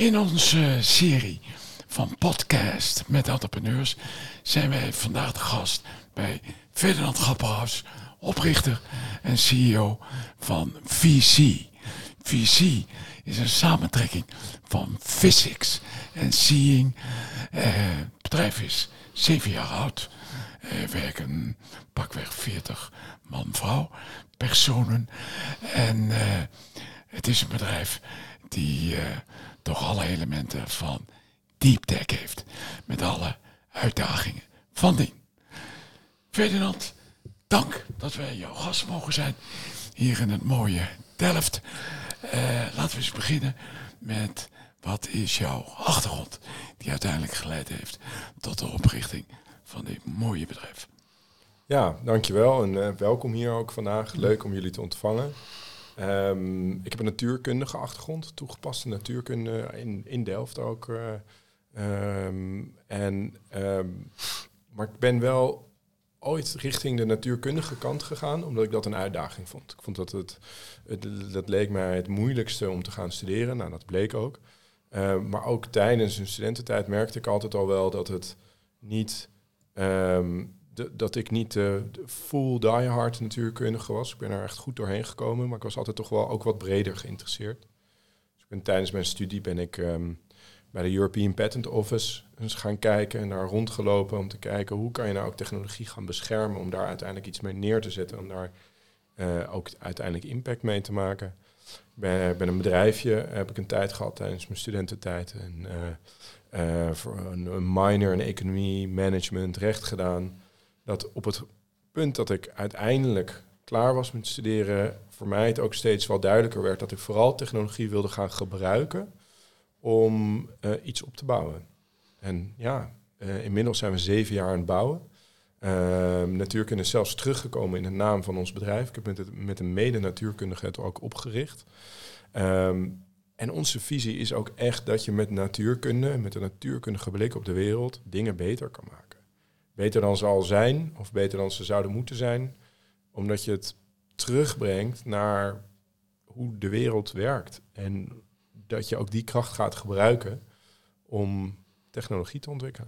In onze serie van podcast met entrepreneurs zijn wij vandaag de gast bij Ferdinand Grapperhaus, oprichter en CEO van VC. VC is een samentrekking van physics en seeing. Het bedrijf is 7 jaar oud. Werken pakweg 40 man-vrouw personen. En het is een bedrijf die toch alle elementen van deep tech heeft. Met alle uitdagingen van dien. Ferdinand, dank dat wij jouw gast mogen zijn hier in het mooie Delft. Laten we eens beginnen met wat is jouw achtergrond die uiteindelijk geleid heeft tot de oprichting van dit mooie bedrijf. Ja, dankjewel en welkom hier ook vandaag. Leuk om jullie te ontvangen. Ik heb een natuurkundige achtergrond, toegepaste natuurkunde in Delft ook. Maar ik ben wel ooit richting de natuurkundige kant gegaan, omdat ik dat een uitdaging vond. Ik vond dat leek mij het moeilijkste om te gaan studeren. Nou, dat bleek ook. Maar ook tijdens een studententijd merkte ik altijd al wel dat het niet... dat ik niet de full diehard natuurkundige was. Ik ben er echt goed doorheen gekomen, maar ik was altijd toch wel ook wat breder geïnteresseerd. Dus tijdens mijn studie ben ik bij de European Patent Office eens gaan kijken en daar rondgelopen om te kijken hoe kan je nou ook technologie gaan beschermen om daar uiteindelijk iets mee neer te zetten, om daar ook uiteindelijk impact mee te maken. Ben een bedrijfje, heb ik een tijd gehad tijdens mijn studententijd en voor een minor in economie, management, recht gedaan. Dat op het punt dat ik uiteindelijk klaar was met studeren, voor mij het ook steeds wel duidelijker werd dat ik vooral technologie wilde gaan gebruiken om iets op te bouwen. En ja, inmiddels zijn we 7 jaar aan het bouwen. Natuurkunde is zelfs teruggekomen in de naam van ons bedrijf. Ik heb met een mede-natuurkundige het ook opgericht. En onze visie is ook echt dat je met natuurkunde, met een natuurkundige blik op de wereld, dingen beter kan maken. Beter dan ze al zijn, of beter dan ze zouden moeten zijn. Omdat je het terugbrengt naar hoe de wereld werkt. En dat je ook die kracht gaat gebruiken om technologie te ontwikkelen.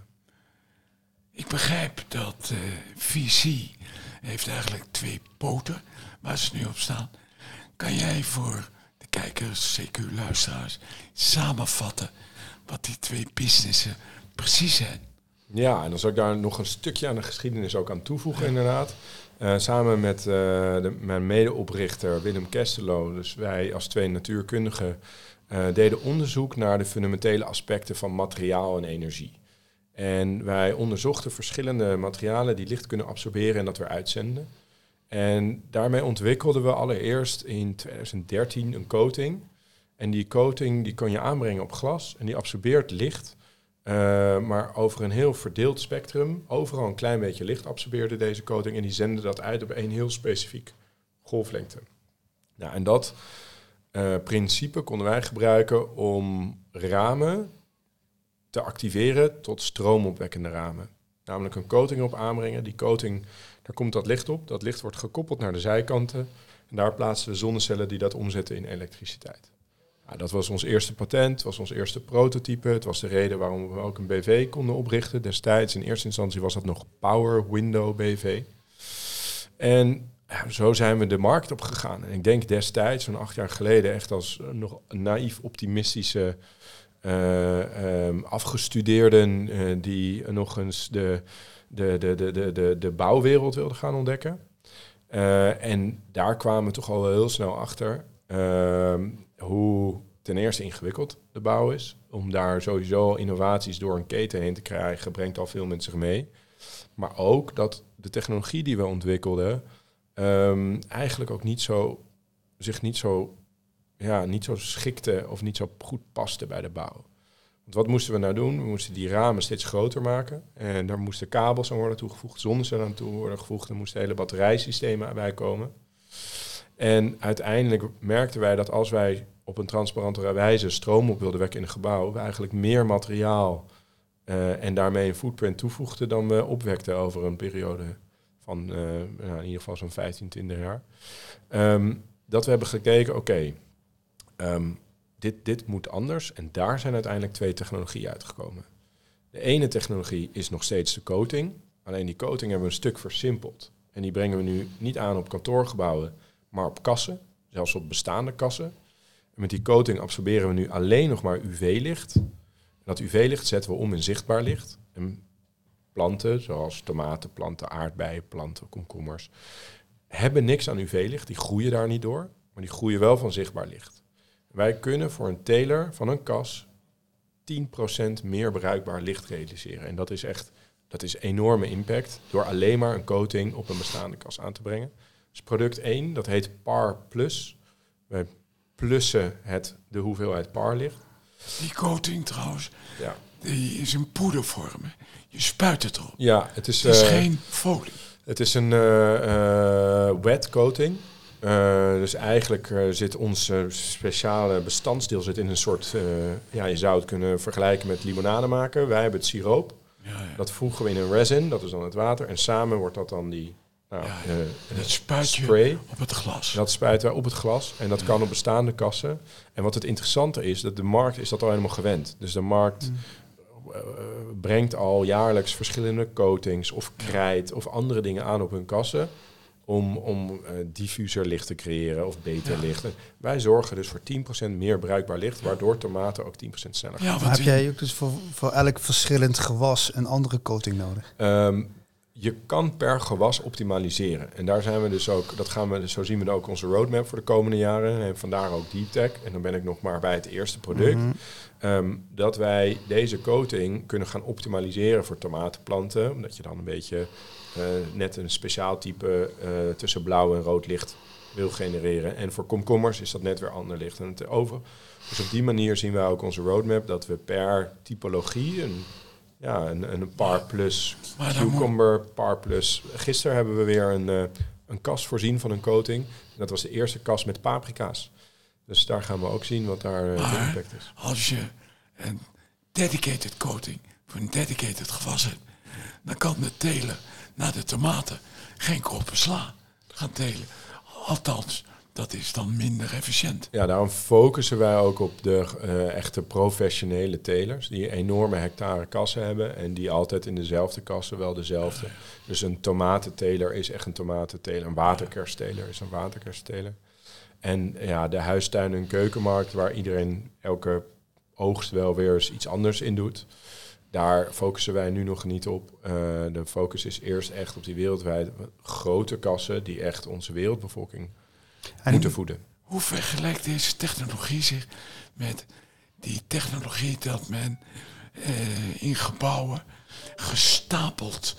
Ik begrijp dat VC heeft eigenlijk 2 poten waar ze nu op staan. Kan jij voor de kijkers, CQ luisteraars, samenvatten wat die 2 businessen precies zijn? Ja, en dan zal ik daar nog een stukje aan de geschiedenis ook aan toevoegen inderdaad. Samen met mijn medeoprichter Willem Kestelo, dus wij als 2 natuurkundigen, deden onderzoek naar de fundamentele aspecten van materiaal en energie. En wij onderzochten verschillende materialen die licht kunnen absorberen en dat weer uitzenden. En daarmee ontwikkelden we allereerst in 2013 een coating. En die coating die kon je aanbrengen op glas en die absorbeert licht. Maar over een heel verdeeld spectrum, overal een klein beetje licht absorbeerde deze coating en die zenden dat uit op een heel specifiek golflengte. Nou, en dat principe konden wij gebruiken om ramen te activeren tot stroomopwekkende ramen. Namelijk een coating op aanbrengen. Die coating, daar komt dat licht op. Dat licht wordt gekoppeld naar de zijkanten. En daar plaatsen we zonnecellen die dat omzetten in elektriciteit. Nou, dat was ons eerste patent, was ons eerste prototype. Het was de reden waarom we ook een BV konden oprichten. Destijds in eerste instantie was dat nog Power Window BV. En ja, zo zijn we de markt op gegaan. En ik denk destijds, zo'n 8 jaar geleden, echt als nog naïef optimistische afgestudeerden die nog eens de bouwwereld wilden gaan ontdekken. En daar kwamen we toch al wel heel snel achter hoe ten eerste ingewikkeld de bouw is. Om daar sowieso innovaties door een keten heen te krijgen, brengt al veel met zich mee. Maar ook dat de technologie die we ontwikkelden eigenlijk ook niet zo schikte of niet zo goed paste bij de bouw. Want wat moesten we nou doen? We moesten die ramen steeds groter maken. En daar moesten kabels aan worden toegevoegd, zonnecellen aan toe worden gevoegd. Er moesten hele batterijsystemen bij komen. En uiteindelijk merkten wij dat als wij op een transparante wijze stroom op wilden wekken in een gebouw, we eigenlijk meer materiaal en daarmee een footprint toevoegden dan we opwekten over een periode van in ieder geval zo'n 15, 20 jaar. Dat we hebben gekeken, dit moet anders. En daar zijn uiteindelijk 2 technologieën uitgekomen. De ene technologie is nog steeds de coating. Alleen die coating hebben we een stuk versimpeld. En die brengen we nu niet aan op kantoorgebouwen, maar op kassen. Zelfs op bestaande kassen. En met die coating absorberen we nu alleen nog maar UV-licht. En dat UV-licht zetten we om in zichtbaar licht. En planten, zoals tomatenplanten, aardbeienplanten, komkommers, hebben niks aan UV-licht. Die groeien daar niet door, maar die groeien wel van zichtbaar licht. Wij kunnen voor een teler van een kas 10% meer bruikbaar licht realiseren. En dat is enorme impact door alleen maar een coating op een bestaande kas aan te brengen. Dus product 1, dat heet PAR+. Wij plussen de hoeveelheid PAR licht. Die coating trouwens, die is in poedervorm. Hè? Je spuit het erop. Ja, het is geen folie. Het is een wet coating. Dus eigenlijk zit ons speciale bestanddeel in een soort... je zou het kunnen vergelijken met limonade maken. Wij hebben het siroop. Ja. Dat voegen we in een resin, dat is dan het water. En samen wordt dat dan die dat spuit spray. Je op het glas. Dat spuiten wij op het glas. En dat kan op bestaande kassen. En wat het interessante is, dat de markt is dat al helemaal gewend. Dus de markt brengt al jaarlijks verschillende coatings of krijt of andere dingen aan op hun kassen om diffuser licht te creëren of beter licht. En wij zorgen dus voor 10% meer bruikbaar licht, waardoor tomaten ook 10% sneller gaan. Maar heb jij ook dus voor elk verschillend gewas een andere coating nodig? Je kan per gewas optimaliseren. En daar zijn we dus ook, zo zien we ook onze roadmap voor de komende jaren. En vandaar ook Deep Tech. En dan ben ik nog maar bij het eerste product. Dat wij deze coating kunnen gaan optimaliseren voor tomatenplanten. Omdat je dan een beetje net een speciaal type tussen blauw en rood licht wil genereren. En voor komkommers is dat net weer ander licht. En dus op die manier zien wij ook onze roadmap dat we per typologie een PAR+, cucumber, PAR+. Gisteren hebben we weer een kas voorzien van een coating. En dat was de eerste kas met paprika's. Dus daar gaan we ook zien wat daar de impact is. Als je een dedicated coating voor een dedicated gewas hebt, dan kan de teler naar de tomaten geen kroppen sla gaan telen. Althans, dat is dan minder efficiënt. Ja, daarom focussen wij ook op de echte professionele telers die enorme hectare kassen hebben en die altijd in dezelfde kassen wel dezelfde. Dus een tomatenteler is echt een tomatenteler. Een waterkersteler is een waterkersteler. En de huistuin- en keukenmarkt, waar iedereen elke oogst wel weer eens iets anders in doet, daar focussen wij nu nog niet op. De focus is eerst echt op die wereldwijd grote kassen die echt onze wereldbevolking moeten voeden. Hoe vergelijkt deze technologie zich met die technologie dat men in gebouwen gestapeld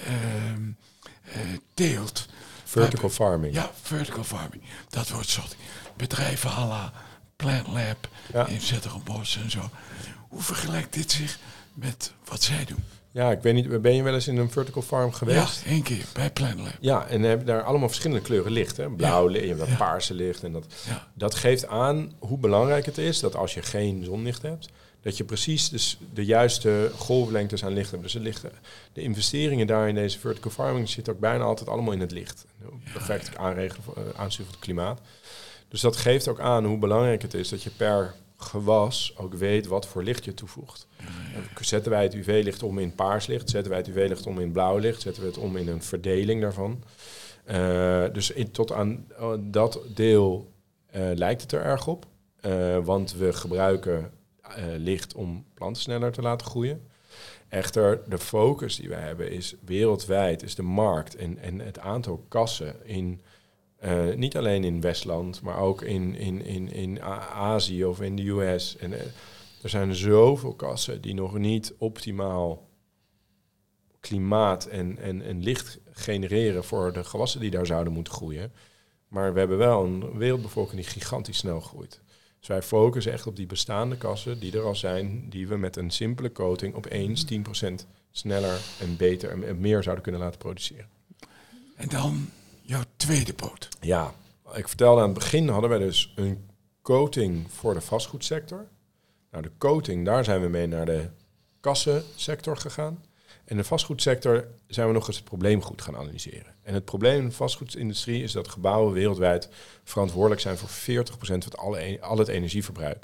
teelt? Vertical farming. Ja, vertical farming. Dat wordt soort bedrijven à la Plant Lab in Zetterenbos en zo. Hoe vergelijkt dit zich met wat zij doen? Ja, ik weet niet, ben je wel eens in een vertical farm geweest? Ja, 1 keer bij Plant Lab. Ja, en hebben daar allemaal verschillende kleuren licht. Hè? Blauw licht, je hebt dat paarse licht. En dat geeft aan hoe belangrijk het is dat als je geen zonlicht hebt, dat je precies dus de juiste golflengtes aan licht hebt. Dus de investeringen daar in deze vertical farming zitten ook bijna altijd allemaal in het licht. Perfect aansturen van het klimaat. Dus dat geeft ook aan hoe belangrijk het is dat je per gewas ook weet wat voor licht je toevoegt. Zetten wij het UV-licht om in paars licht, zetten wij het UV-licht om in blauw licht, zetten we het om in een verdeling daarvan. Dus tot aan dat deel lijkt het er erg op. Want we gebruiken licht om planten sneller te laten groeien. Echter, de focus die wij hebben is wereldwijd, is de markt en het aantal kassen in niet alleen in Westland, maar ook in Azië of in de US. En er zijn zoveel kassen die nog niet optimaal klimaat en licht genereren voor de gewassen die daar zouden moeten groeien. Maar we hebben wel een wereldbevolking die gigantisch snel groeit. Dus wij focussen echt op die bestaande kassen die er al zijn, die we met een simpele coating opeens 10% sneller en beter en meer zouden kunnen laten produceren. En dan jouw tweede poot. Ja, ik vertelde aan het begin hadden wij dus een coating voor de vastgoedsector. Nou, de coating, daar zijn we mee naar de kassensector gegaan. En de vastgoedsector zijn we nog eens het probleem goed gaan analyseren. En het probleem in de vastgoedindustrie is dat gebouwen wereldwijd verantwoordelijk zijn voor 40% van al het energieverbruik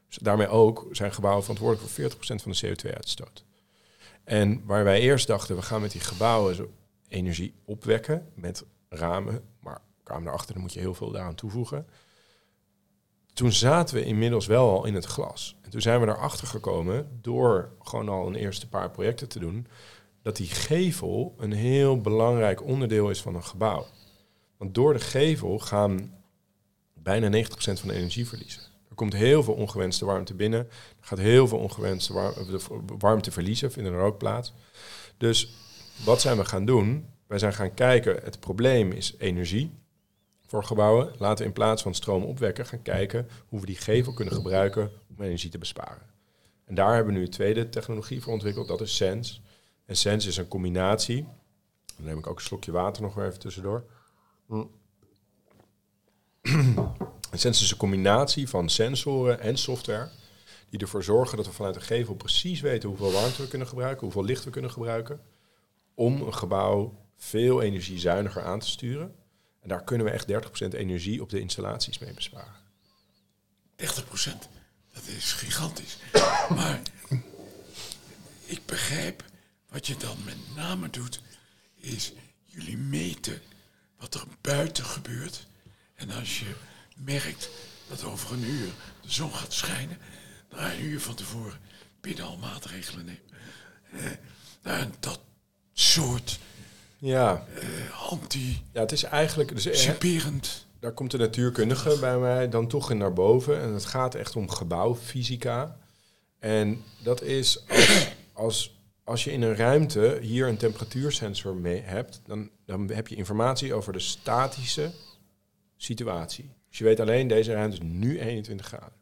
Dus daarmee ook zijn gebouwen verantwoordelijk voor 40% van de CO2-uitstoot. En waar wij eerst dachten, we gaan met die gebouwen zo energie opwekken met ramen, maar we kwamen erachter, dan moet je heel veel daaraan toevoegen. Toen zaten we inmiddels wel al in het glas. En toen zijn we erachter gekomen, door gewoon al een eerste paar projecten te doen, dat die gevel een heel belangrijk onderdeel is van een gebouw. Want door de gevel gaan bijna 90% van de energie verliezen. Er komt heel veel ongewenste warmte binnen. Er gaat heel veel ongewenste warmte verliezen, vinden er ook plaats. Dus wat zijn we gaan doen? Wij zijn gaan kijken, het probleem is energie voor gebouwen. Laten we in plaats van stroom opwekken gaan kijken hoe we die gevel kunnen gebruiken om energie te besparen. En daar hebben we nu een tweede technologie voor ontwikkeld, dat is Sense. En Sense is een combinatie. Dan neem ik ook een slokje water nog weer even tussendoor. Sense is een combinatie van sensoren en software die ervoor zorgen dat we vanuit de gevel precies weten hoeveel warmte we kunnen gebruiken, hoeveel licht we kunnen gebruiken, om een gebouw veel energiezuiniger aan te sturen. En daar kunnen we echt 30% energie op de installaties mee besparen. 30%, dat is gigantisch. Maar ik begrijp, wat je dan met name doet, is jullie meten wat er buiten gebeurt. En als je merkt dat over een uur de zon gaat schijnen, dan ga je een uur van tevoren binnen al maatregelen nemen. En dat soort het is eigenlijk ciperend. Daar komt de natuurkundige bij mij dan toch in naar boven. En het gaat echt om gebouwfysica. En dat is als je in een ruimte hier een temperatuursensor mee hebt, dan heb je informatie over de statische situatie. Dus je weet alleen, deze ruimte is nu 21 graden.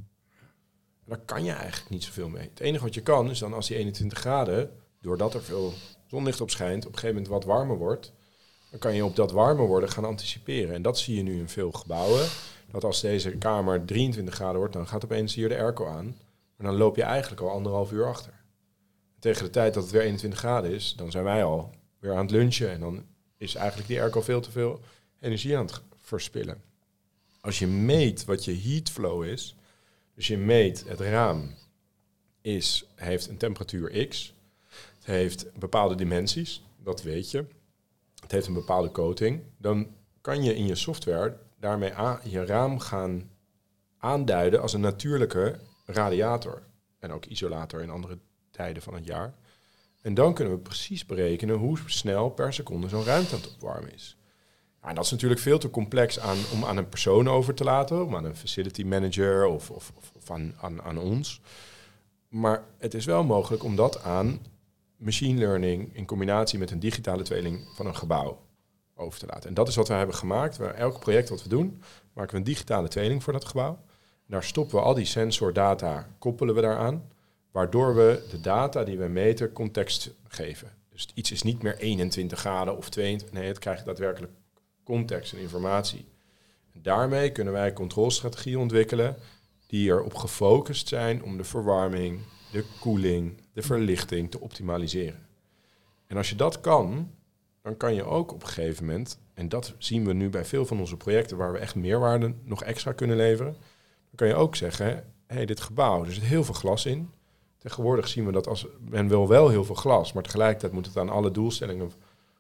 En daar kan je eigenlijk niet zoveel mee. Het enige wat je kan, is dan als die 21 graden, doordat er veel zonlicht op schijnt, op een gegeven moment wat warmer wordt, dan kan je op dat warmer worden gaan anticiperen. En dat zie je nu in veel gebouwen. Dat als deze kamer 23 graden wordt, dan gaat opeens hier de airco aan. Maar dan loop je eigenlijk al 1,5 uur achter. Tegen de tijd dat het weer 21 graden is, dan zijn wij al weer aan het lunchen. En dan is eigenlijk die airco veel te veel energie aan het verspillen. Als je meet wat je heatflow is, dus je meet het raam heeft een temperatuur X, het heeft bepaalde dimensies, dat weet je. Het heeft een bepaalde coating. Dan kan je in je software daarmee je raam gaan aanduiden als een natuurlijke radiator. En ook isolator in andere tijden van het jaar. En dan kunnen we precies berekenen hoe snel per seconde zo'n ruimte aan het opwarmen is. Ja, en dat is natuurlijk veel te complex om aan een persoon over te laten, om aan een facility manager of aan ons. Maar het is wel mogelijk om dat aan machine learning in combinatie met een digitale tweeling van een gebouw over te laten. En dat is wat we hebben gemaakt. Elk project wat we doen, maken we een digitale tweeling voor dat gebouw. Daar stoppen we al die sensordata, koppelen we daaraan, waardoor we de data die we meten context geven. Dus iets is niet meer 21 graden of 22, nee, het krijgt daadwerkelijk context en informatie. En daarmee kunnen wij controlestrategieën ontwikkelen die erop gefocust zijn om de verwarming, de koeling, de verlichting te optimaliseren. En als je dat kan, dan kan je ook op een gegeven moment, en dat zien we nu bij veel van onze projecten waar we echt meerwaarde nog extra kunnen leveren, dan kan je ook zeggen, hey, dit gebouw, er zit heel veel glas in. Tegenwoordig zien we dat als men wil wel heel veel glas, maar tegelijkertijd moet het aan alle doelstellingen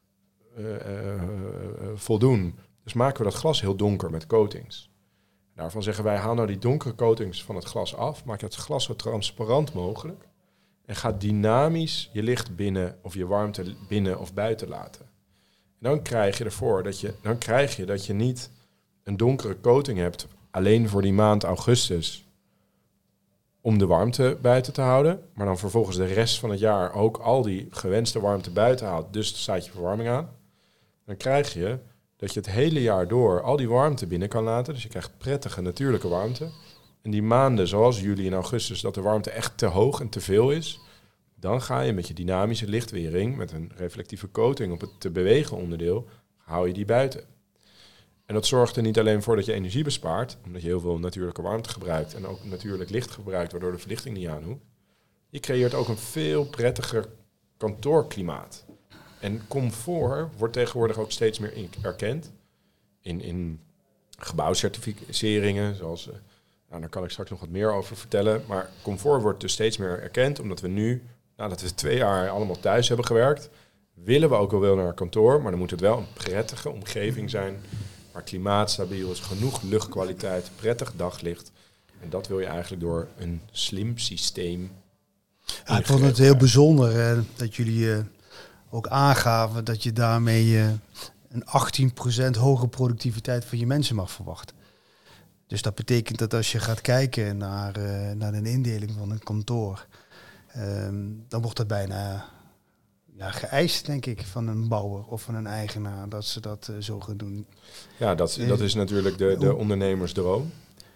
voldoen. Dus maken we dat glas heel donker met coatings. Daarvan zeggen wij, haal nou die donkere coatings van het glas af, maak het glas zo transparant mogelijk en ga dynamisch je licht binnen of je warmte binnen of buiten laten. En dan krijg je dat je niet een donkere coating hebt alleen voor die maand augustus om de warmte buiten te houden, maar dan vervolgens de rest van het jaar ook al die gewenste warmte buiten haalt, dus staat je verwarming aan. Dan krijg je dat je het hele jaar door al die warmte binnen kan laten. Dus je krijgt prettige natuurlijke warmte. En die maanden zoals juli en augustus, dat de warmte echt te hoog en te veel is, dan ga je met je dynamische lichtwering, met een reflectieve coating op het te bewegen onderdeel, hou je die buiten. En dat zorgt er niet alleen voor dat je energie bespaart, omdat je heel veel natuurlijke warmte gebruikt en ook natuurlijk licht gebruikt, waardoor de verlichting niet aanhoeft. Je creëert ook een veel prettiger kantoorklimaat. En comfort wordt tegenwoordig ook steeds meer erkend in gebouwcertificeringen, zoals Nou, daar kan ik straks nog wat meer over vertellen. Maar comfort wordt dus steeds meer erkend, omdat we nu, nadat we 2 jaar allemaal thuis hebben gewerkt, willen we ook wel naar kantoor, maar dan moet het wel een prettige omgeving zijn, waar klimaatstabiel is, genoeg luchtkwaliteit, prettig daglicht. En dat wil je eigenlijk door een slim systeem. Ja, ik vond het heel bijzonder dat jullie ook aangaven dat je daarmee een 18% hogere productiviteit van je mensen mag verwachten. Dus dat betekent dat als je gaat kijken naar een indeling van een kantoor, dan wordt dat bijna geëist, denk ik, van een bouwer of van een eigenaar, dat ze dat zo gaan doen. Ja, dat is natuurlijk de ondernemersdroom.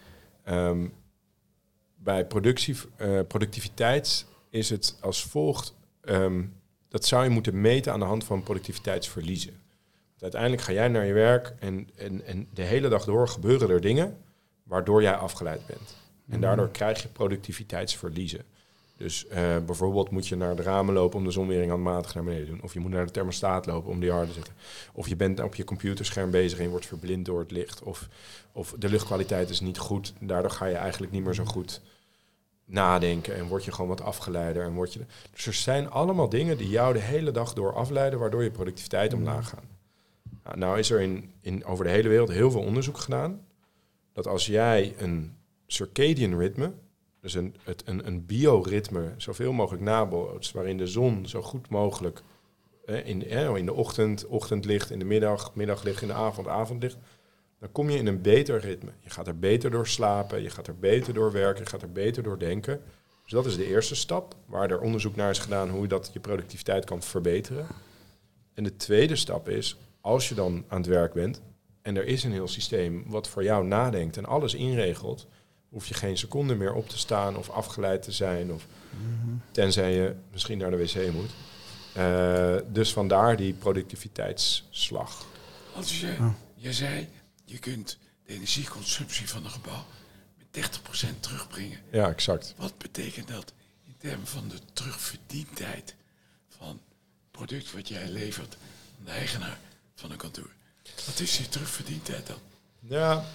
Bij productiviteit is het als volgt. Dat zou je moeten meten aan de hand van productiviteitsverliezen. Want uiteindelijk ga jij naar je werk en de hele dag door gebeuren er dingen waardoor jij afgeleid bent. En daardoor krijg je productiviteitsverliezen. Dus bijvoorbeeld moet je naar de ramen lopen om de zonwering handmatig naar beneden te doen. Of je moet naar de thermostaat lopen om die harder te zetten. Of je bent op je computerscherm bezig en je wordt verblind door het licht. Of de luchtkwaliteit is niet goed. Daardoor ga je eigenlijk niet meer zo goed nadenken en word je gewoon wat afgeleider. Dus er zijn allemaal dingen die jou de hele dag door afleiden, waardoor je productiviteit omlaag gaat. Nou is er over de hele wereld heel veel onderzoek gedaan, dat als jij een circadian ritme, dus een bioritme, zoveel mogelijk nabootst, waarin de zon zo goed mogelijk in de ochtendlicht, in de middaglicht, in de avondlicht, dan kom je in een beter ritme. Je gaat er beter door slapen, je gaat er beter door werken, je gaat er beter door denken. Dus dat is de eerste stap, waar er onderzoek naar is gedaan hoe dat je productiviteit kan verbeteren. En de tweede stap is, als je dan aan het werk bent en er is een heel systeem wat voor jou nadenkt en alles inregelt, hoef je geen seconde meer op te staan of afgeleid te zijn, of tenzij je misschien naar de wc moet. Dus vandaar die productiviteitsslag. Als je zei, je kunt de energieconsumptie van een gebouw met 30% terugbrengen. Ja, exact. Wat betekent dat in termen van de terugverdientijd van het product wat jij levert aan de eigenaar van een kantoor? Wat is die terugverdientijd dan? Ja,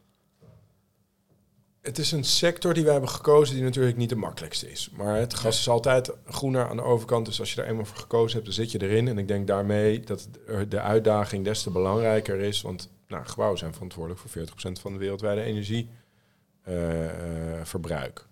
het is een sector die wij hebben gekozen die natuurlijk niet de makkelijkste is. Maar het gas is altijd groener aan de overkant. Dus als je daar eenmaal voor gekozen hebt, dan zit je erin. En ik denk daarmee dat de uitdaging des te belangrijker is. Want gebouwen zijn verantwoordelijk voor 40% van de wereldwijde energieverbruik.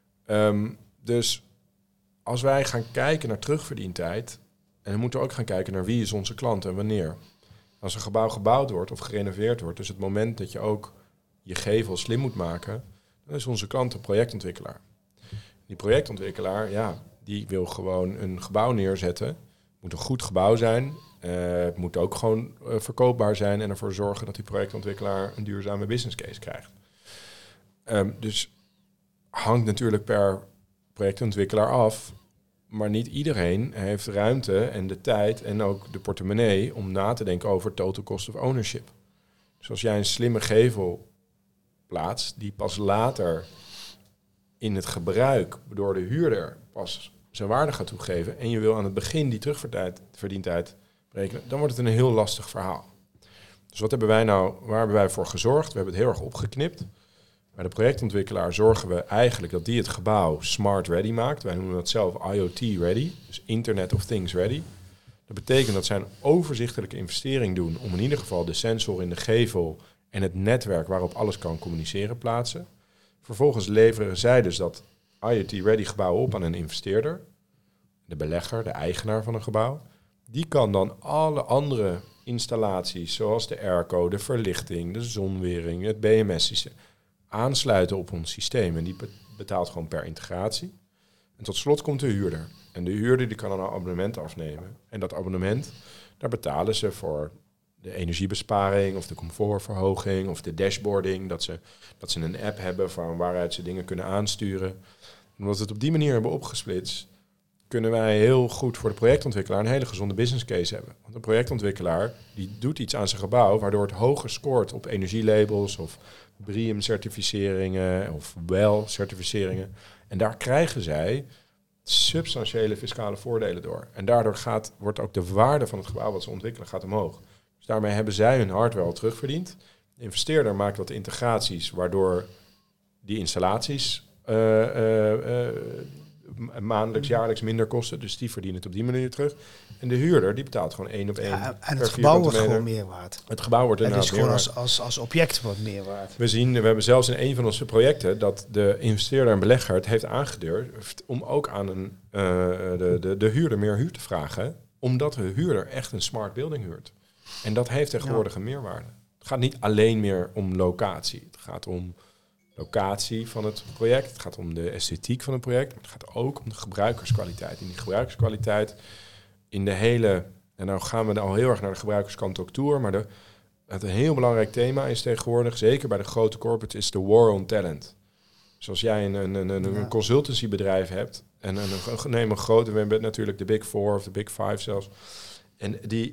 Dus als wij gaan kijken naar terugverdientijd, en dan moeten we ook gaan kijken naar wie is onze klant en wanneer. Als een gebouw gebouwd wordt of gerenoveerd wordt, dus het moment dat je ook je gevel slim moet maken, dan is onze klant een projectontwikkelaar. Die projectontwikkelaar, die wil gewoon een gebouw neerzetten. Het moet een goed gebouw zijn. Het moet ook gewoon verkoopbaar zijn en ervoor zorgen dat die projectontwikkelaar een duurzame business case krijgt. Dus hangt natuurlijk per projectontwikkelaar af. Maar niet iedereen heeft ruimte en de tijd en ook de portemonnee om na te denken over total cost of ownership. Dus als jij een slimme gevel plaatst die pas later in het gebruik door de huurder pas zijn waarde gaat toegeven en je wil aan het begin die terugverdientijd berekenen, dan wordt het een heel lastig verhaal. Dus waar hebben wij voor gezorgd? We hebben het heel erg opgeknipt. Bij de projectontwikkelaar zorgen we eigenlijk dat die het gebouw smart ready maakt. Wij noemen dat zelf IoT ready, dus Internet of Things ready. Dat betekent dat zij een overzichtelijke investering doen om in ieder geval de sensor in de gevel en het netwerk waarop alles kan communiceren plaatsen. Vervolgens leveren zij dus dat IoT-ready gebouw op aan een investeerder, de belegger, de eigenaar van een gebouw. Die kan dan alle andere installaties, zoals de airco, de verlichting, de zonwering, het BMS-systeem, aansluiten op ons systeem. En die betaalt gewoon per integratie. En tot slot komt de huurder. En de huurder die kan dan een abonnement afnemen. En dat abonnement, daar betalen ze voor de energiebesparing of de comfortverhoging of de dashboarding. Dat ze een app hebben van waaruit ze dingen kunnen aansturen. En omdat we het op die manier hebben opgesplitst, kunnen wij heel goed voor de projectontwikkelaar een hele gezonde business case hebben. Want een projectontwikkelaar die doet iets aan zijn gebouw waardoor het hoger scoort op energielabels of BREEAM-certificeringen of WELL-certificeringen. En daar krijgen zij substantiële fiscale voordelen door. En daardoor wordt ook de waarde van het gebouw wat ze ontwikkelen gaat omhoog. Dus daarmee hebben zij hun hardware al terugverdiend. De investeerder maakt wat integraties waardoor die installaties maandelijks, jaarlijks minder kosten. Dus die verdient het op die manier terug. En de huurder, die betaalt gewoon 1 op 1. Ja, en het gebouw wordt gewoon meer waard. Het gebouw wordt Het inderdaad is gewoon meer waard. als object wat meer waard. We hebben zelfs in een van onze projecten dat de investeerder en belegger het heeft aangedurfd om ook aan de huurder meer huur te vragen, omdat de huurder echt een smart building huurt. En dat heeft tegenwoordig een meerwaarde. Het gaat niet alleen meer om locatie. Het gaat om locatie van het project. Het gaat om de esthetiek van het project. Maar het gaat ook om de gebruikerskwaliteit. En die gebruikerskwaliteit in de hele... En nou gaan we al heel erg naar de gebruikerskant ook toe. Maar het een heel belangrijk thema is tegenwoordig, zeker bij de grote corporates, is de war on talent. Dus als jij een consultancybedrijf hebt en neem een grote, we hebben natuurlijk de Big Four of de Big Five zelfs. En die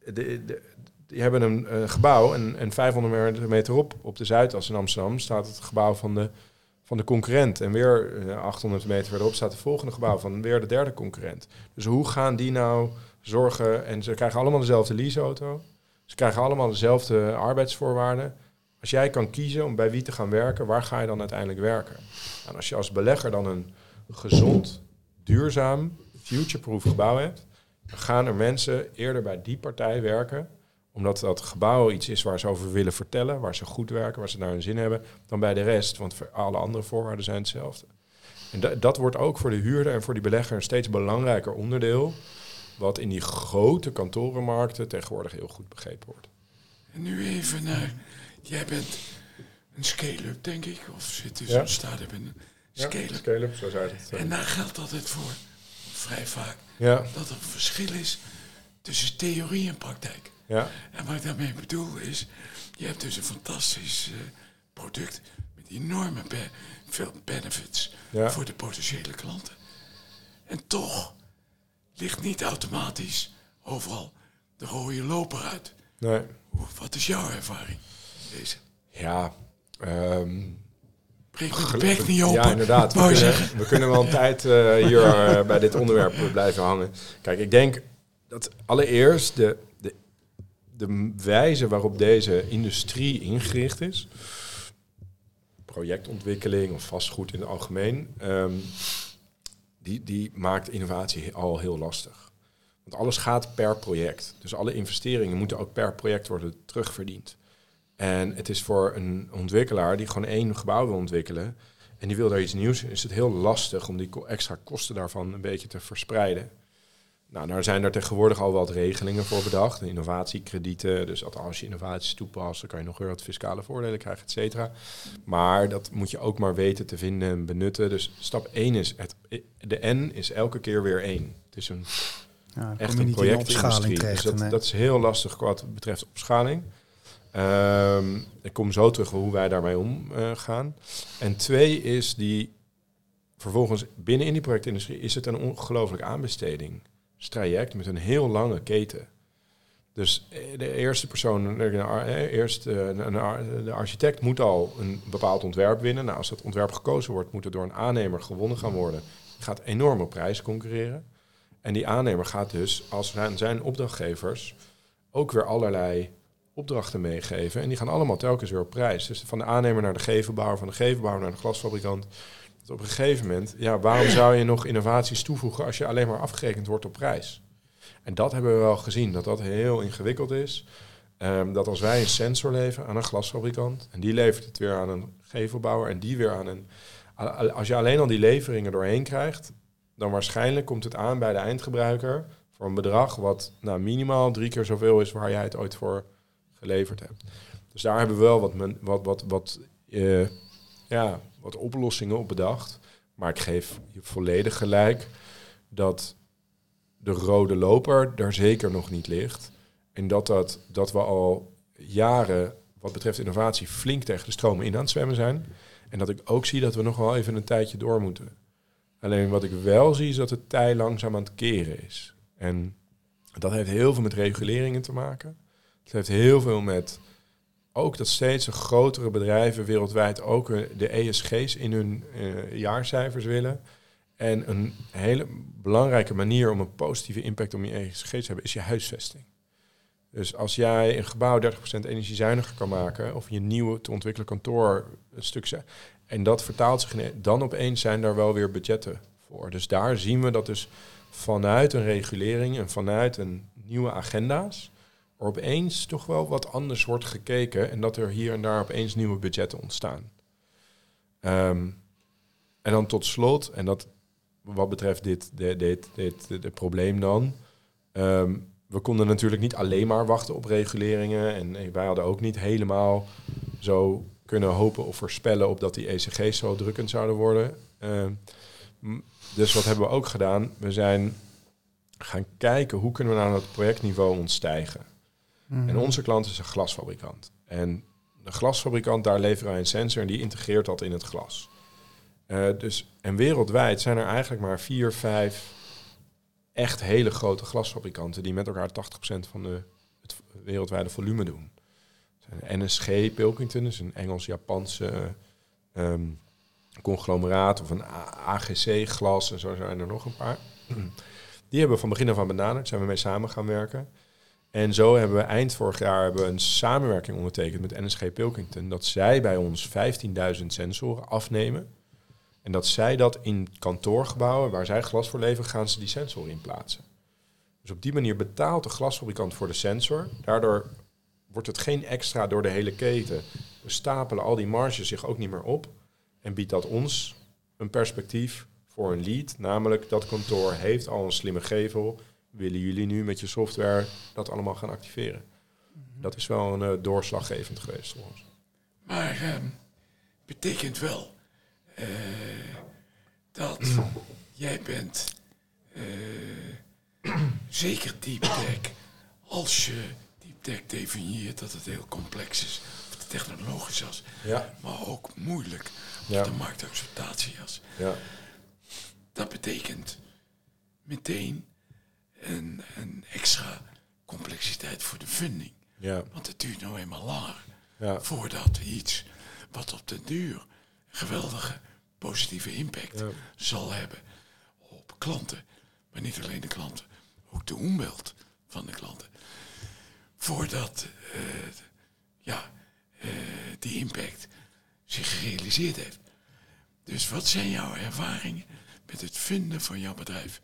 hebben een gebouw en 500 meter op de Zuidas in Amsterdam staat het gebouw van de concurrent. En weer 800 meter verderop staat het volgende gebouw van weer de derde concurrent. Dus hoe gaan die nou zorgen? En ze krijgen allemaal dezelfde leaseauto. Ze krijgen allemaal dezelfde arbeidsvoorwaarden. Als jij kan kiezen om bij wie te gaan werken, waar ga je dan uiteindelijk werken? En als je als belegger dan een gezond, duurzaam, futureproof gebouw hebt, dan gaan er mensen eerder bij die partij werken, omdat dat gebouw iets is waar ze over willen vertellen, waar ze goed werken, waar ze naar hun zin hebben, dan bij de rest, want alle andere voorwaarden zijn hetzelfde. En dat wordt ook voor de huurder en voor die belegger een steeds belangrijker onderdeel, wat in die grote kantorenmarkten tegenwoordig heel goed begrepen wordt. En nu even naar... Jij bent een scale-up, denk ik, of zit in zo'n start-up en een scale-up. Ja, scale-up, zo zei het. En daar geldt altijd voor, vrij vaak, dat er een verschil is tussen theorie en praktijk. Ja. En wat ik daarmee bedoel is, je hebt dus een fantastisch product met enorme veel benefits voor de potentiële klanten. En toch ligt niet automatisch overal de rode loper uit. Nee. Wat is jouw ervaring? Deze? Ja, breek me de bek niet open. Ja, inderdaad. We kunnen wel een tijd hier bij dit onderwerp blijven hangen. Kijk, ik denk dat allereerst de wijze waarop deze industrie ingericht is, projectontwikkeling of vastgoed in het algemeen, die maakt innovatie al heel lastig. Want alles gaat per project. Dus alle investeringen moeten ook per project worden terugverdiend. En het is voor een ontwikkelaar die gewoon 1 gebouw wil ontwikkelen en die wil daar iets nieuws in, is het heel lastig om die extra kosten daarvan een beetje te verspreiden. Nou, daar zijn er tegenwoordig al wat regelingen voor bedacht. Innovatiekredieten, dus als je innovaties toepast, dan kan je nog weer wat fiscale voordelen krijgen, et cetera. Maar dat moet je ook maar weten te vinden en benutten. Dus stap 1 is, de N is elke keer weer 1. Het is echt een projectindustrie. Dus dat is heel lastig wat betreft opschaling. Ik kom zo terug hoe wij daarmee omgaan. En 2 is vervolgens binnen in die projectindustrie is het een ongelooflijke aanbestedingstraject met een heel lange keten. Dus de eerste persoon, de architect moet al een bepaald ontwerp winnen. Nou, als dat ontwerp gekozen wordt, moet het door een aannemer gewonnen gaan worden. Die gaat enorm op prijs concurreren. En die aannemer gaat dus als zijn opdrachtgevers ook weer allerlei opdrachten meegeven. En die gaan allemaal telkens weer op prijs. Dus van de aannemer naar de gevelbouwer, van de gevelbouwer naar de glasfabrikant. Dus op een gegeven moment, waarom zou je nog innovaties toevoegen als je alleen maar afgerekend wordt op prijs? En dat hebben we wel gezien, dat heel ingewikkeld is. Dat als wij een sensor leveren aan een glasfabrikant en die levert het weer aan een gevelbouwer en die weer aan een... Als je alleen al die leveringen doorheen krijgt, dan waarschijnlijk komt het aan bij de eindgebruiker voor een bedrag wat minimaal 3 keer zoveel is waar jij het ooit voor geleverd hebt. Dus daar hebben we wel wat oplossingen op bedacht. Maar ik geef je volledig gelijk dat de rode loper daar zeker nog niet ligt. En dat we al jaren wat betreft innovatie flink tegen de stromen in aan het zwemmen zijn. En dat ik ook zie dat we nog wel even een tijdje door moeten. Alleen wat ik wel zie is dat het tij langzaam aan het keren is. En dat heeft heel veel met reguleringen te maken. Het heeft heel veel met ook dat steeds grotere bedrijven wereldwijd ook de ESG's in hun jaarcijfers willen. En een hele belangrijke manier om een positieve impact op je ESG's te hebben is je huisvesting. Dus als jij een gebouw 30% energiezuiniger kan maken of je nieuwe te ontwikkelen kantoor een stuk En dat vertaalt zich dan opeens zijn daar wel weer budgetten voor. Dus daar zien we dat dus vanuit een regulering en vanuit een nieuwe agenda's er opeens toch wel wat anders wordt gekeken en dat er hier en daar opeens nieuwe budgetten ontstaan. En dan tot slot, en dat wat betreft dit probleem dan, we konden natuurlijk niet alleen maar wachten op reguleringen en wij hadden ook niet helemaal zo kunnen hopen of voorspellen op dat die ECG's zo drukkend zouden worden. Dus wat hebben we ook gedaan? We zijn gaan kijken hoe kunnen we nou dat projectniveau ontstijgen. Mm-hmm. En onze klant is een glasfabrikant. En de glasfabrikant, daar leveren wij een sensor en die integreert dat in het glas. En wereldwijd zijn er eigenlijk maar 4, 5 echt hele grote glasfabrikanten die met elkaar 80% van het wereldwijde volume doen. NSG Pilkington is een Engels-Japanse conglomeraat of een AGC glas en zo zijn er nog een paar. Die hebben we van begin af aan benaderd, zijn we mee samen gaan werken. En zo hebben we eind vorig jaar een samenwerking ondertekend met NSG Pilkington, dat zij bij ons 15.000 sensoren afnemen. En dat zij dat in kantoorgebouwen waar zij glas voor leveren, gaan ze die sensoren in plaatsen. Dus op die manier betaalt de glasfabrikant voor de sensor. Daardoor wordt het geen extra door de hele keten. We stapelen al die marges zich ook niet meer op. En biedt dat ons een perspectief voor een lead. Namelijk, dat kantoor heeft al een slimme gevel. Willen jullie nu met je software dat allemaal gaan activeren? Dat is wel een doorslaggevend geweest voor ons. Maar betekent wel dat jij bent zeker deep tech. Als je deep tech definieert dat het heel complex is, of het technologisch is, maar ook moeilijk, of de marktacceptatie is. Ja. Dat betekent meteen een extra complexiteit voor de funding. Ja. Want het duurt nou eenmaal langer voordat iets wat op den duur geweldige positieve impact zal hebben op klanten. Maar niet alleen de klanten, ook de omweld van de klanten. Voordat die impact zich gerealiseerd heeft. Dus wat zijn jouw ervaringen met het vinden van jouw bedrijf?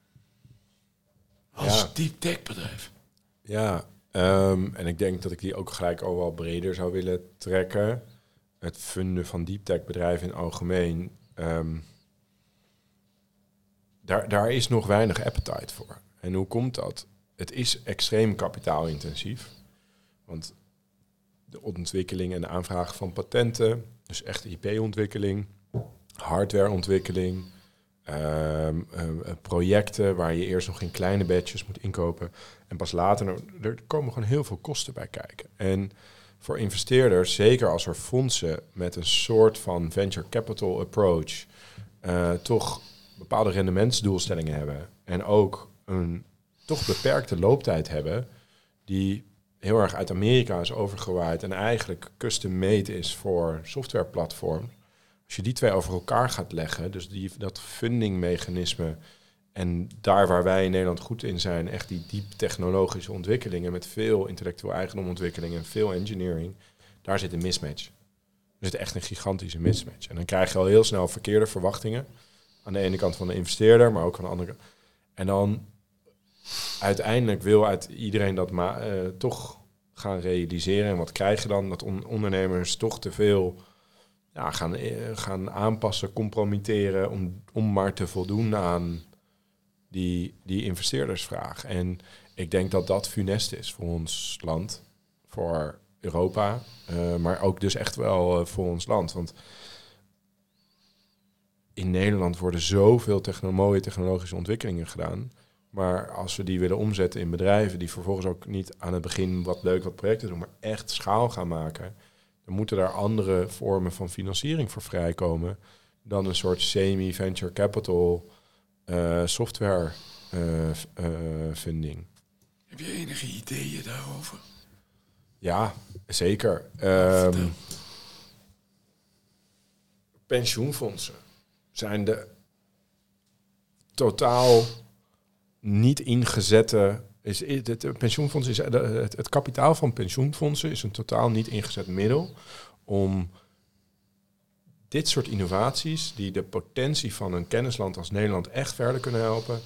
Als deep tech bedrijf. Ja, en ik denk dat ik die ook gelijk al wel breder zou willen trekken. Het vinden van deep tech bedrijven in het algemeen. Daar is nog weinig appetite voor. En hoe komt dat? Het is extreem kapitaalintensief. Want de ontwikkeling en de aanvraag van patenten, dus echt IP-ontwikkeling, hardwareontwikkeling, projecten waar je eerst nog in kleine batches moet inkopen. En pas later, er komen gewoon heel veel kosten bij kijken. En voor investeerders, zeker als er fondsen met een soort van venture capital approach toch bepaalde rendementsdoelstellingen hebben en ook een toch beperkte looptijd hebben, die heel erg uit Amerika is overgewaaid en eigenlijk custom-made is voor softwareplatform. Als je die twee over elkaar gaat leggen, dus dat fundingmechanisme en daar waar wij in Nederland goed in zijn, echt die diep technologische ontwikkelingen met veel intellectueel eigendomontwikkeling en veel engineering, daar zit een mismatch. Er zit echt een gigantische mismatch. En dan krijg je al heel snel verkeerde verwachtingen. Aan de ene kant van de investeerder, maar ook aan de andere kant. En dan uiteindelijk wil iedereen dat toch gaan realiseren. En wat krijg je dan? Dat ondernemers toch te veel gaan aanpassen, compromitteren om maar te voldoen aan die investeerdersvraag. En ik denk dat dat funest is voor ons land, voor Europa, maar ook dus echt wel voor ons land. Want in Nederland worden zoveel mooie technologische ontwikkelingen gedaan. Maar als we die willen omzetten in bedrijven die vervolgens ook niet aan het begin wat projecten doen, maar echt schaal gaan maken, dan moeten daar andere vormen van financiering voor vrijkomen dan een soort semi-venture capital software funding. Heb je enige ideeën daarover? Ja, zeker. Pensioenfondsen zijn de totaal niet ingezette. Het kapitaal van pensioenfondsen is een totaal niet ingezet middel om dit soort innovaties, die de potentie van een kennisland als Nederland echt verder kunnen helpen,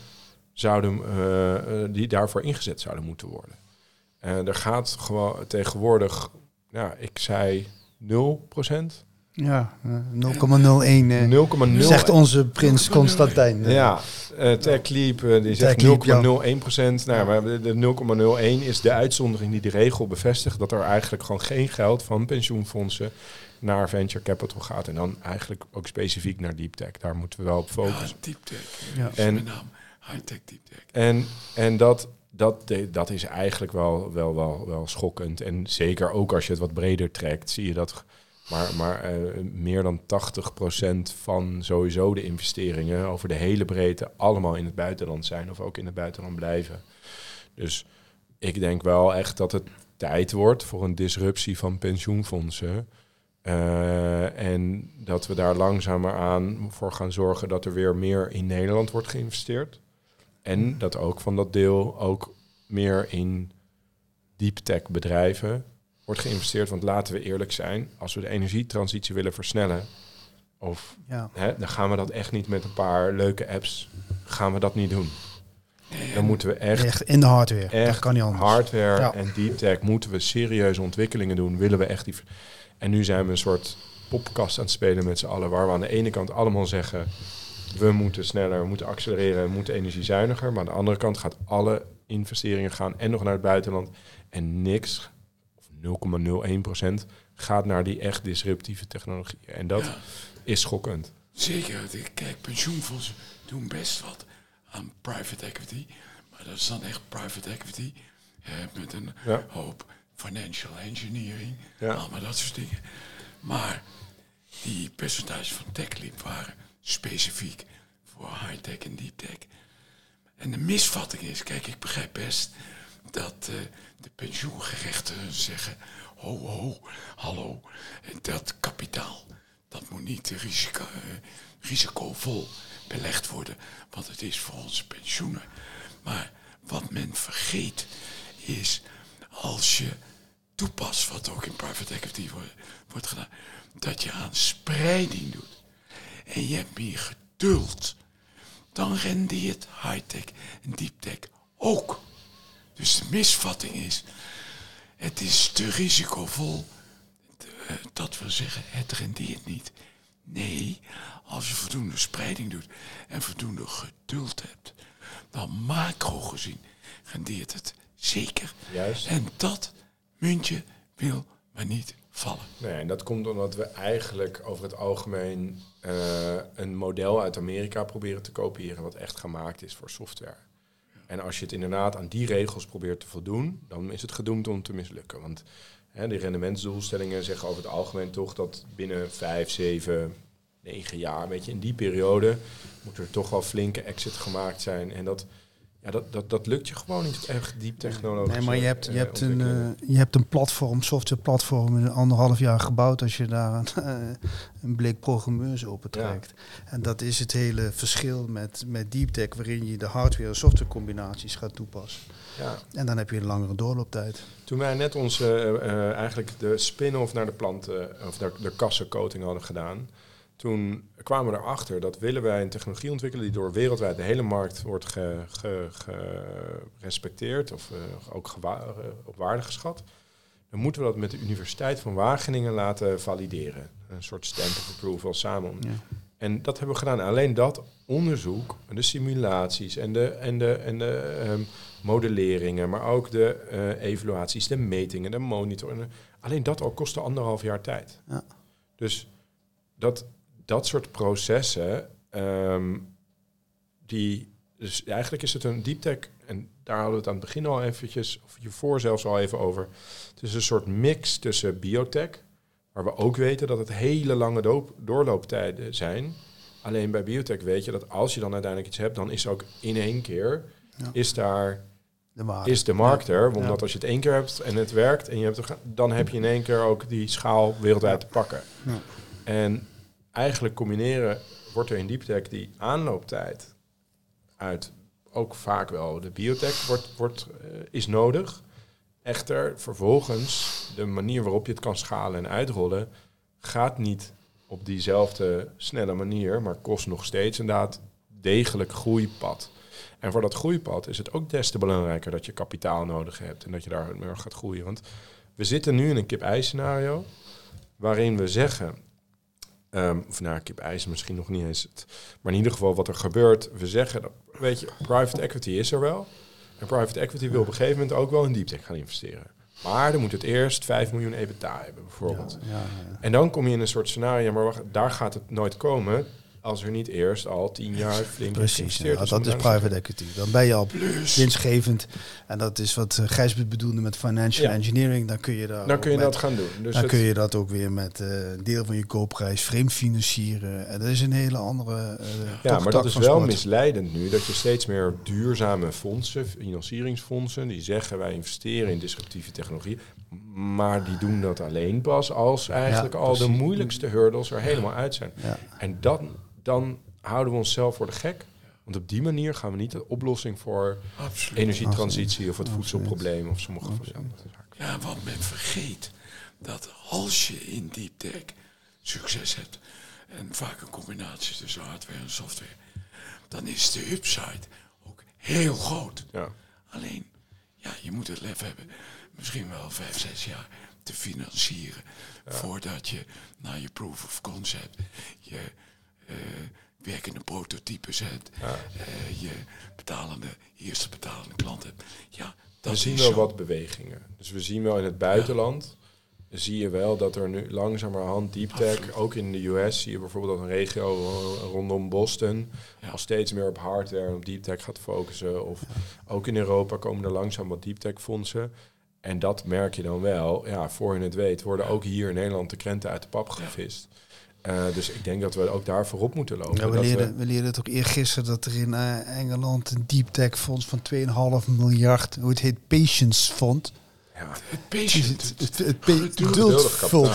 die daarvoor ingezet zouden moeten worden. Er gaat gewoon tegenwoordig, ik zei 0%. Ja, 0,01 zegt onze prins Constantijn. TechLeap die zegt 0,01%. Nou, maar de 0,01 is de uitzondering die de regel bevestigt dat er eigenlijk gewoon geen geld van pensioenfondsen naar venture capital gaat. En dan eigenlijk ook specifiek naar deep tech. Daar moeten we wel op focussen. Ja, deep tech. Ja. En met name high-tech deep tech. En dat is eigenlijk wel schokkend. En zeker ook als je het wat breder trekt, zie je dat maar meer dan 80% van sowieso de investeringen over de hele breedte allemaal in het buitenland zijn of ook in het buitenland blijven. Dus ik denk wel echt dat het tijd wordt voor een disruptie van pensioenfondsen. En dat we daar langzamer aan voor gaan zorgen dat er weer meer in Nederland wordt geïnvesteerd. En dat ook van dat deel ook meer in deep tech bedrijven wordt geïnvesteerd. Want laten we eerlijk zijn, als we de energietransitie willen versnellen, dan gaan we dat echt niet met een paar leuke apps, gaan we dat niet doen. Dan moeten we echt in de hardware. Dat kan niet anders. Hardware en deep tech moeten we serieuze ontwikkelingen doen. Willen we echt die. En nu zijn we een soort poppenkast aan het spelen met z'n allen, waar we aan de ene kant allemaal zeggen, we moeten sneller, we moeten accelereren, we moeten energiezuiniger. Maar aan de andere kant gaat alle investeringen gaan en nog naar het buitenland. En niks, of 0,01%, gaat naar die echt disruptieve technologie. En dat is schokkend. Zeker. Kijk, pensioenfondsen doen best wat aan private equity. Maar dat is dan echt private equity. Met een hoop financial engineering. Ja. Allemaal dat soort dingen. Maar die percentages van TechLeap waren specifiek voor high-tech en deep-tech. En de misvatting is, kijk, ik begrijp best dat de pensioengerechten zeggen, hallo, dat kapitaal, dat moet niet risicovol belegd worden, want het is voor onze pensioenen. Maar wat men vergeet is, als je toepast, wat ook in private equity wordt gedaan, dat je aan spreiding doet en je hebt meer geduld, dan rendeert high-tech en deep-tech ook. Dus de misvatting is, het is te risicovol, dat wil zeggen, het rendeert niet. Nee, als je voldoende spreiding doet en voldoende geduld hebt, dan macro gezien rendeert het zeker. Juist. En dat muntje wil maar niet vallen. Nee, en dat komt omdat we eigenlijk over het algemeen een model uit Amerika proberen te kopiëren wat echt gemaakt is voor software. En als je het inderdaad aan die regels probeert te voldoen, dan is het gedoemd om te mislukken. Want die rendementsdoelstellingen zeggen over het algemeen toch dat binnen 5, 7, 9 jaar, weet je, in die periode moet er toch wel flinke exit gemaakt zijn. En dat lukt je gewoon niet echt diep technologisch. Nee, maar je hebt een platform, softwareplatform in 1,5 jaar gebouwd als je daar een blik programmeurs opentrekt. Ja. En dat is het hele verschil met deep tech, waarin je de hardware- en softwarecombinaties gaat toepassen. Ja. En dan heb je een langere doorlooptijd. Toen wij net eigenlijk de spin-off naar de planten, of de kassencoating hadden gedaan, toen kwamen we erachter dat willen wij een technologie ontwikkelen die door wereldwijd de hele markt wordt gerespecteerd of ook op waarde geschat, dan moeten we dat met de Universiteit van Wageningen laten valideren. Een soort stamp of approval samen. Ja. En dat hebben we gedaan. Alleen dat onderzoek, de simulaties en de modelleringen, maar ook de evaluaties, de metingen, de monitoren. Alleen dat al kostte 1,5 jaar tijd. Ja. Dus dat soort processen, dus eigenlijk is het een deep tech, en daar hadden we het aan het begin al eventjes, of hiervoor zelfs al even over. Het is een soort mix tussen biotech, waar we ook weten dat het hele lange doorlooptijden zijn. Alleen bij biotech weet je dat als je dan uiteindelijk iets hebt, dan is ook in één keer, is de markt er. Omdat als je het 1 keer hebt en het werkt, en dan heb je in 1 keer ook die schaal wereldwijd te pakken. Ja. En eigenlijk wordt er in deep tech die aanlooptijd uit ook vaak wel de biotech is nodig. Echter, vervolgens de manier waarop je het kan schalen en uitrollen gaat niet op diezelfde snelle manier, maar kost nog steeds inderdaad degelijk groeipad. En voor dat groeipad is het ook des te belangrijker dat je kapitaal nodig hebt en dat je daar meer gaat groeien. Want we zitten nu in een kip-ei scenario waarin we zeggen, kip-ei is misschien nog niet eens het, maar in ieder geval wat er gebeurt, we zeggen, weet je, private equity is er wel. En private equity wil op een gegeven moment ook wel in deep tech gaan investeren. Maar dan moet het eerst 5 miljoen EBITDA hebben, bijvoorbeeld. Ja. En dan kom je in een soort scenario, maar daar gaat het nooit komen als er niet eerst al 10 jaar flink geïnvesteerd is. Dat is private equity. Dan ben je al winstgevend. En dat is wat Gijsbert bedoelde met financial engineering. Dan kun je dat gaan doen. Dus dan kun je dat ook weer met een deel van je koopprijs vreemd financieren. En dat is een hele andere maar dat is wel misleidend nu. Dat je steeds meer duurzame fondsen, financieringsfondsen, die zeggen wij investeren in disruptieve technologie. Maar die doen dat alleen pas als eigenlijk al de moeilijkste hurdles er helemaal uit zijn. Ja. En dan houden we onszelf voor de gek. Want op die manier gaan we niet de oplossing voor energietransitie of het voedselprobleem of sommige van die andere zaken. Ja, want men vergeet dat als je in deep tech succes hebt, en vaak een combinatie tussen hardware en software, dan is de upside ook heel groot. Ja. Alleen, je moet het lef hebben, misschien wel 5, 6 jaar te financieren voordat je naar je proof of concept, je werkende prototypes hebt, je eerste betalende klant hebt. Ja, we zien wel wat bewegingen. Dus we zien wel in het buitenland, zie je wel dat er nu langzamerhand deep tech, ook in de US, zie je bijvoorbeeld dat een regio rondom Boston al steeds meer op hardware en op deep tech gaat focussen. Of ook in Europa komen er langzaam wat deep tech fondsen. En dat merk je dan wel. Ja, voor je het weet worden ook hier in Nederland de krenten uit de pap gevist. Dus ik denk dat we ook daar voorop moeten lopen. Ja, we leerden het ook eergisteren dat er in Engeland een deep tech fonds van 2,5 miljard, hoe het heet, Patience Fond. Ja. Het Patience. Het Geduldfonds.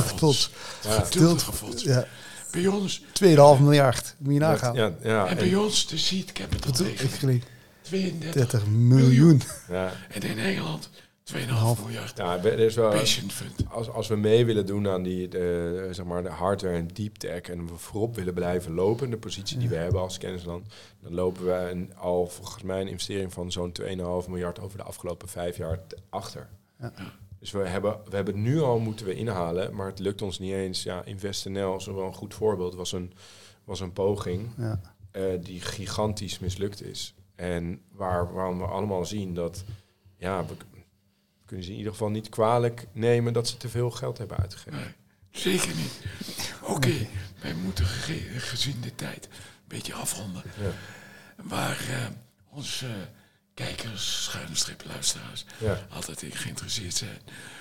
Geduldige Ja. Bij ons 2,5 miljard. Moet je nagaan. En bij ons de seed capital tegen 32 miljoen. Ja. En in Engeland 2,5 miljard. Ja, er is wel, als we mee willen doen aan de hardware en deep tech en we voorop willen blijven lopen, de positie die we hebben als kennisland, dan lopen we al volgens mij een investering van zo'n 2,5 miljard over de afgelopen 5 jaar achter. Ja. Dus we hebben nu al moeten we inhalen, maar het lukt ons niet eens. Ja, InvestNL is wel een goed voorbeeld. Was een poging die gigantisch mislukt is. En waarom we allemaal zien dat we kunnen ze in ieder geval niet kwalijk nemen dat ze te veel geld hebben uitgegeven. Nee, zeker niet. Oké, wij moeten gezien de tijd een beetje afronden. Ja. Waar onze kijkers, luisteraars altijd in geïnteresseerd zijn.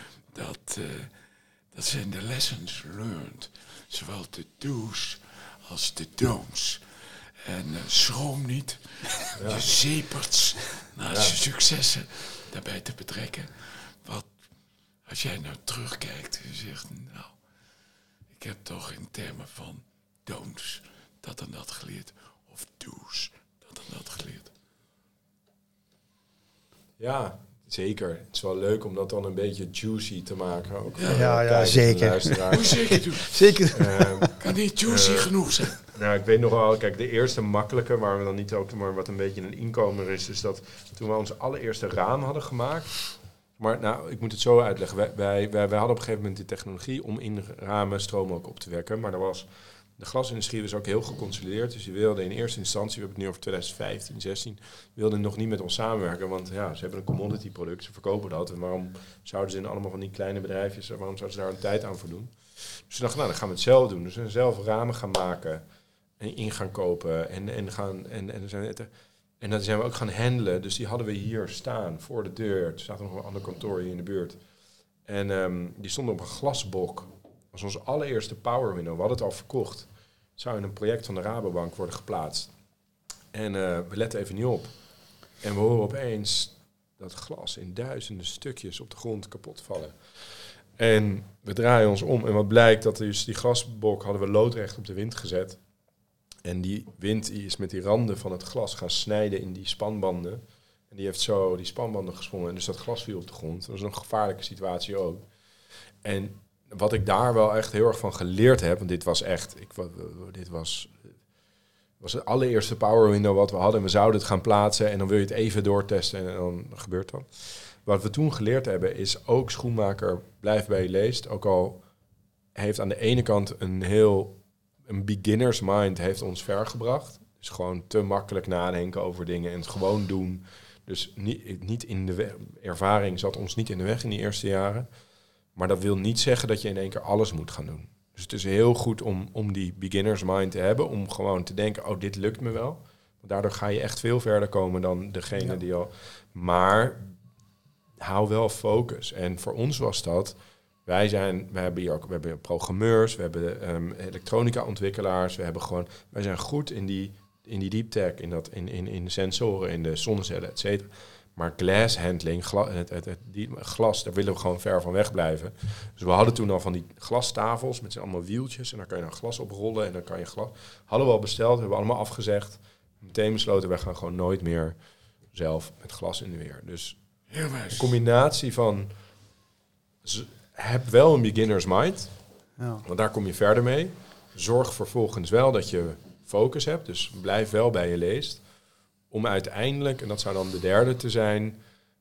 Dat zijn de lessons learned. Zowel de do's als de don'ts. En schroom niet je zeeperts naast je successen daarbij te betrekken. Wat als jij nou terugkijkt en zegt, nou, ik heb toch in termen van don'ts dat en dat geleerd. Of do's dat en dat geleerd. Ja, zeker. Het is wel leuk om dat dan een beetje juicy te maken. Ook zeker. Hoe zeker doen? Zeker. Kan niet juicy genoeg zijn. Nou, ik weet nog wel, kijk, de eerste makkelijke, waar we dan niet ook maar wat een beetje een inkomer is dat toen we onze allereerste raam hadden gemaakt. Maar nou, ik moet het zo uitleggen. Wij hadden op een gegeven moment die technologie om in ramen stroom ook op te wekken. Maar de glasindustrie was ook heel geconsolideerd. Dus die wilde in eerste instantie, we hebben het nu over 2015, 16, wilden nog niet met ons samenwerken. Want ze hebben een commodity product, ze verkopen dat. En waarom zouden ze in allemaal van die kleine bedrijfjes, waarom zouden ze daar een tijd aan verdoen? Dus we dachten, nou, dan gaan we het zelf doen. Dus we zelf ramen gaan maken en in gaan kopen. En dat zijn we ook gaan handelen. Dus die hadden we hier staan, voor de deur. Er staat nog een ander kantoor hier in de buurt. En die stonden op een glasbok. Dat was onze allereerste power window. We hadden het al verkocht. Het zou in een project van de Rabobank worden geplaatst. En we letten even niet op. En we horen opeens dat glas in duizenden stukjes op de grond kapot vallen. En we draaien ons om. En wat blijkt, dat dus die glasbok hadden we loodrecht op de wind gezet. En die wind is met die randen van het glas gaan snijden in die spanbanden. En die heeft zo die spanbanden gesprongen. En dus dat glas viel op de grond. Dat was een gevaarlijke situatie ook. En wat ik daar wel echt heel erg van geleerd heb, want dit was echt, dit was het allereerste power window wat we hadden. En we zouden het gaan plaatsen en dan wil je het even doortesten en dan gebeurt dat. Wat we toen geleerd hebben is ook schoenmaker blijft bij je leest. Ook al heeft aan de ene kant een beginner's mind heeft ons ver gebracht. Dus gewoon te makkelijk nadenken over dingen en het gewoon doen. Dus niet in de ervaring zat ons niet in de weg in die eerste jaren. Maar dat wil niet zeggen dat je in één keer alles moet gaan doen. Dus het is heel goed om die beginner's mind te hebben. Om gewoon te denken, oh, dit lukt me wel. Want daardoor ga je echt veel verder komen dan degene die al... Maar hou wel focus. En voor ons was dat... We hebben programmeurs, we hebben elektronica-ontwikkelaars. Wij zijn goed in die deep tech, in de sensoren, in de zonnecellen, et cetera. Maar glass handling, glas, daar willen we gewoon ver van weg blijven. Dus we hadden toen al van die glastafels met allemaal wieltjes. En daar kan je dan glas op rollen en dan kan je glas... Hadden we al besteld, hebben we allemaal afgezegd. Meteen besloten, wij gaan gewoon nooit meer zelf met glas in de weer. Dus een combinatie van... Heb wel een beginner's mind, want daar kom je verder mee. Zorg vervolgens wel dat je focus hebt, dus blijf wel bij je leest. Om uiteindelijk, en dat zou dan de derde te zijn...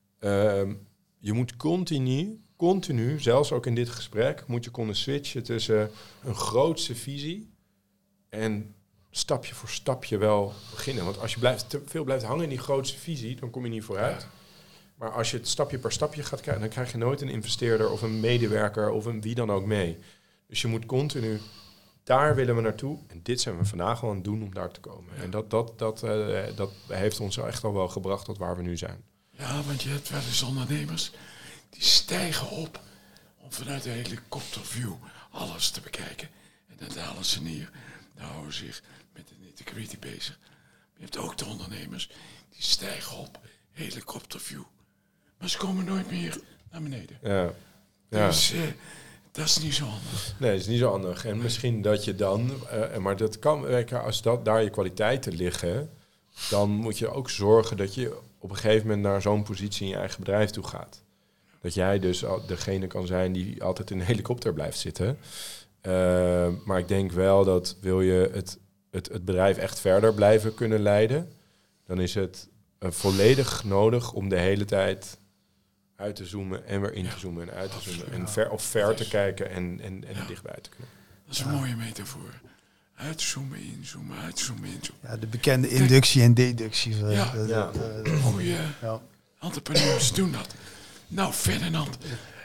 je moet continu, zelfs ook in dit gesprek... moet je kunnen switchen tussen een grootse visie... en stapje voor stapje wel beginnen. Want als je te veel blijft hangen in die grootste visie... dan kom je niet vooruit. Maar als je het stapje per stapje gaat kijken... dan krijg je nooit een investeerder of een medewerker... of een wie dan ook mee. Dus je moet continu... Daar willen we naartoe. En dit zijn we vandaag gewoon aan het doen om daar te komen. Ja. En dat heeft ons echt al wel gebracht tot waar we nu zijn. Ja, want je hebt wel eens ondernemers... die stijgen op om vanuit een helikopterview alles te bekijken. En dan dalen ze neer. Dan houden ze zich met de nitty-gritty bezig. Maar je hebt ook de ondernemers die stijgen op, helikopterview. Maar ze komen nooit meer naar beneden. Ja. Dus dat is niet zo handig. Nee, dat is niet zo handig. En misschien dat je dan... maar dat kan werken als daar je kwaliteiten liggen... dan moet je ook zorgen dat je op een gegeven moment... naar zo'n positie in je eigen bedrijf toe gaat. Dat jij dus degene kan zijn die altijd in een helikopter blijft zitten. Maar ik denk wel dat wil je het bedrijf echt verder blijven kunnen leiden... dan is het volledig nodig om de hele tijd... uit te zoomen en weer in te zoomen en uit te zoomen. En ver te kijken en dichtbij te kunnen. Dat is een mooie metafoor. Uitzoomen, inzoomen, uitzoomen, inzoomen. Ja, de bekende inductie en deductie. Goeie entrepreneurs doen dat. Nou, Ferdinand.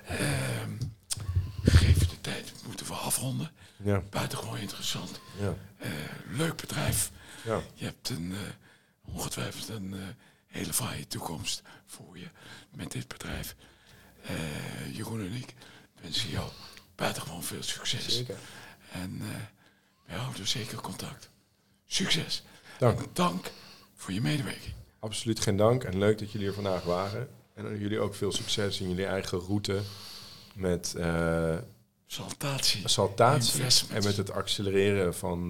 Gegeven de tijd moeten we afronden. Ja. Buitengewoon interessant. Ja. Leuk bedrijf. Ja. Je hebt ongetwijfeld een hele fraaie toekomst voor je met dit bedrijf. Jeroen en ik wensen jou buitengewoon veel succes. Zeker. En wij houden zeker contact. Succes. Dank. En dank voor je medewerking. Absoluut geen dank. En leuk dat jullie er vandaag waren. En jullie ook veel succes in jullie eigen route met Saltatie. En met het accelereren van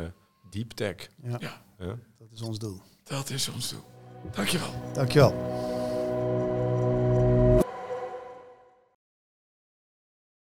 deep tech. Ja. Dat is ons doel. Dat is ons doel. Dankjewel. Dankjewel.